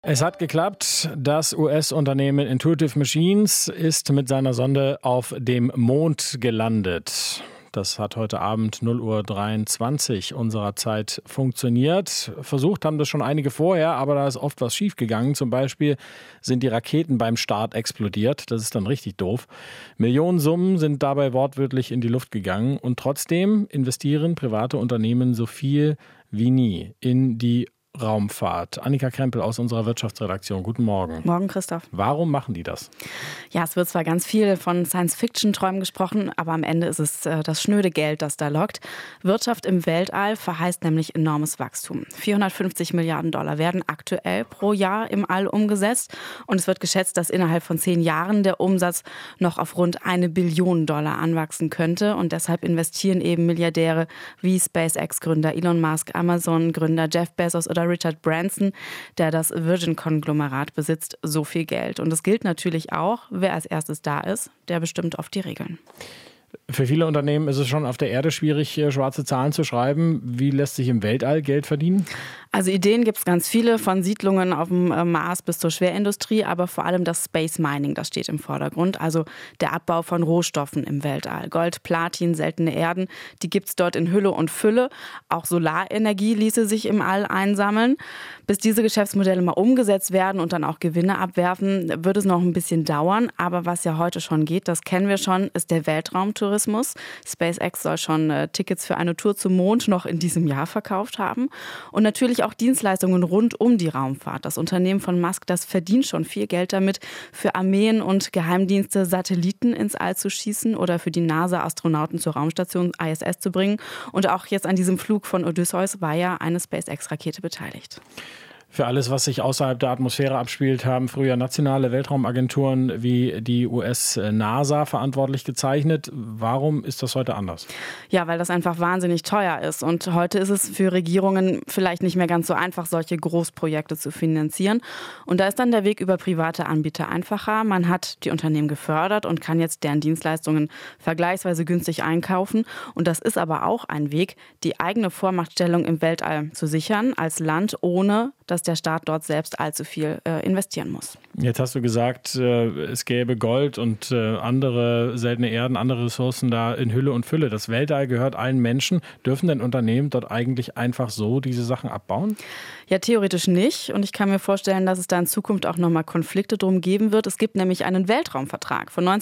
Es hat geklappt. Das US-Unternehmen Intuitive Machines ist mit seiner Sonde auf dem Mond gelandet. Das hat heute Abend 0:23 Uhr unserer Zeit funktioniert. Versucht haben das schon einige vorher, aber da ist oft was schiefgegangen. Zum Beispiel sind die Raketen beim Start explodiert. Das ist dann richtig doof. Millionensummen sind dabei wortwörtlich in die Luft gegangen. Und trotzdem investieren private Unternehmen so viel wie nie in die Raumfahrt. Annika Krempel aus unserer Wirtschaftsredaktion. Guten Morgen. Morgen, Christoph. Warum machen die das? Ja, es wird zwar ganz viel von Science-Fiction-Träumen gesprochen, aber am Ende ist es das schnöde Geld, das da lockt. Wirtschaft im Weltall verheißt nämlich enormes Wachstum. 450 Milliarden Dollar werden aktuell pro Jahr im All umgesetzt. Und es wird geschätzt, dass innerhalb von 10 Jahren der Umsatz noch auf rund 1 Billion Dollar anwachsen könnte. Und deshalb investieren eben Milliardäre wie SpaceX-Gründer Elon Musk, Amazon-Gründer Jeff Bezos oder Richard Branson, der das Virgin-Konglomerat besitzt, so viel Geld. Und es gilt natürlich auch, wer als erstes da ist, der bestimmt oft die Regeln. Für viele Unternehmen ist es schon auf der Erde schwierig, schwarze Zahlen zu schreiben. Wie lässt sich im Weltall Geld verdienen? Also Ideen gibt es ganz viele, von Siedlungen auf dem Mars bis zur Schwerindustrie, aber vor allem das Space Mining, das steht im Vordergrund. Also der Abbau von Rohstoffen im Weltall. Gold, Platin, seltene Erden, die gibt es dort in Hülle und Fülle. Auch Solarenergie ließe sich im All einsammeln. Bis diese Geschäftsmodelle mal umgesetzt werden und dann auch Gewinne abwerfen, wird es noch ein bisschen dauern. Aber was ja heute schon geht, das kennen wir schon, ist der Weltraumtourismus. SpaceX soll schon Tickets für eine Tour zum Mond noch in diesem Jahr verkauft haben. Und natürlich auch Dienstleistungen rund um die Raumfahrt. Das Unternehmen von Musk, das verdient schon viel Geld damit, für Armeen und Geheimdienste Satelliten ins All zu schießen oder für die NASA Astronauten zur Raumstation ISS zu bringen. Und auch jetzt an diesem Flug von Odysseus war ja eine SpaceX-Rakete beteiligt. Für alles, was sich außerhalb der Atmosphäre abspielt, haben früher nationale Weltraumagenturen wie die US-NASA verantwortlich gezeichnet. Warum ist das heute anders? Ja, weil das einfach wahnsinnig teuer ist. Und heute ist es für Regierungen vielleicht nicht mehr ganz so einfach, solche Großprojekte zu finanzieren. Und da ist dann der Weg über private Anbieter einfacher. Man hat die Unternehmen gefördert und kann jetzt deren Dienstleistungen vergleichsweise günstig einkaufen. Und das ist aber auch ein Weg, die eigene Vormachtstellung im Weltall zu sichern, als Land, ohne dass der Staat dort selbst allzu viel investieren muss. Jetzt hast du gesagt, es gäbe Gold und andere seltene Erden, andere Ressourcen da in Hülle und Fülle. Das Weltall gehört allen Menschen. Dürfen denn Unternehmen dort eigentlich einfach so diese Sachen abbauen? Ja, theoretisch nicht. Und ich kann mir vorstellen, dass es da in Zukunft auch nochmal Konflikte drum geben wird. Es gibt nämlich einen Weltraumvertrag von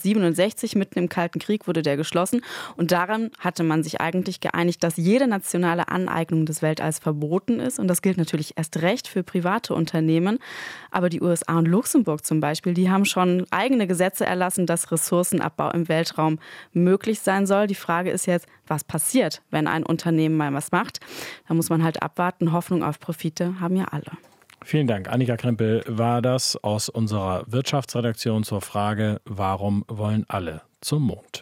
1967, mitten im Kalten Krieg wurde der geschlossen. Und daran hatte man sich eigentlich geeinigt, dass jede nationale Aneignung des Weltalls verboten ist. Und das gilt natürlich erst recht für private Unternehmen. Aber die USA und Luxemburg zum Beispiel, die haben schon eigene Gesetze erlassen, dass Ressourcenabbau im Weltraum möglich sein soll. Die Frage ist jetzt, was passiert, wenn ein Unternehmen mal was macht? Da muss man halt abwarten. Hoffnung auf Profite haben ja alle. Vielen Dank. Annika Krempel war das aus unserer Wirtschaftsredaktion zur Frage, warum wollen alle zum Mond?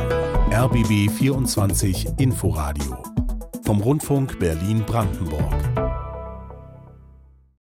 RBB 24 Inforadio vom Rundfunk Berlin-Brandenburg.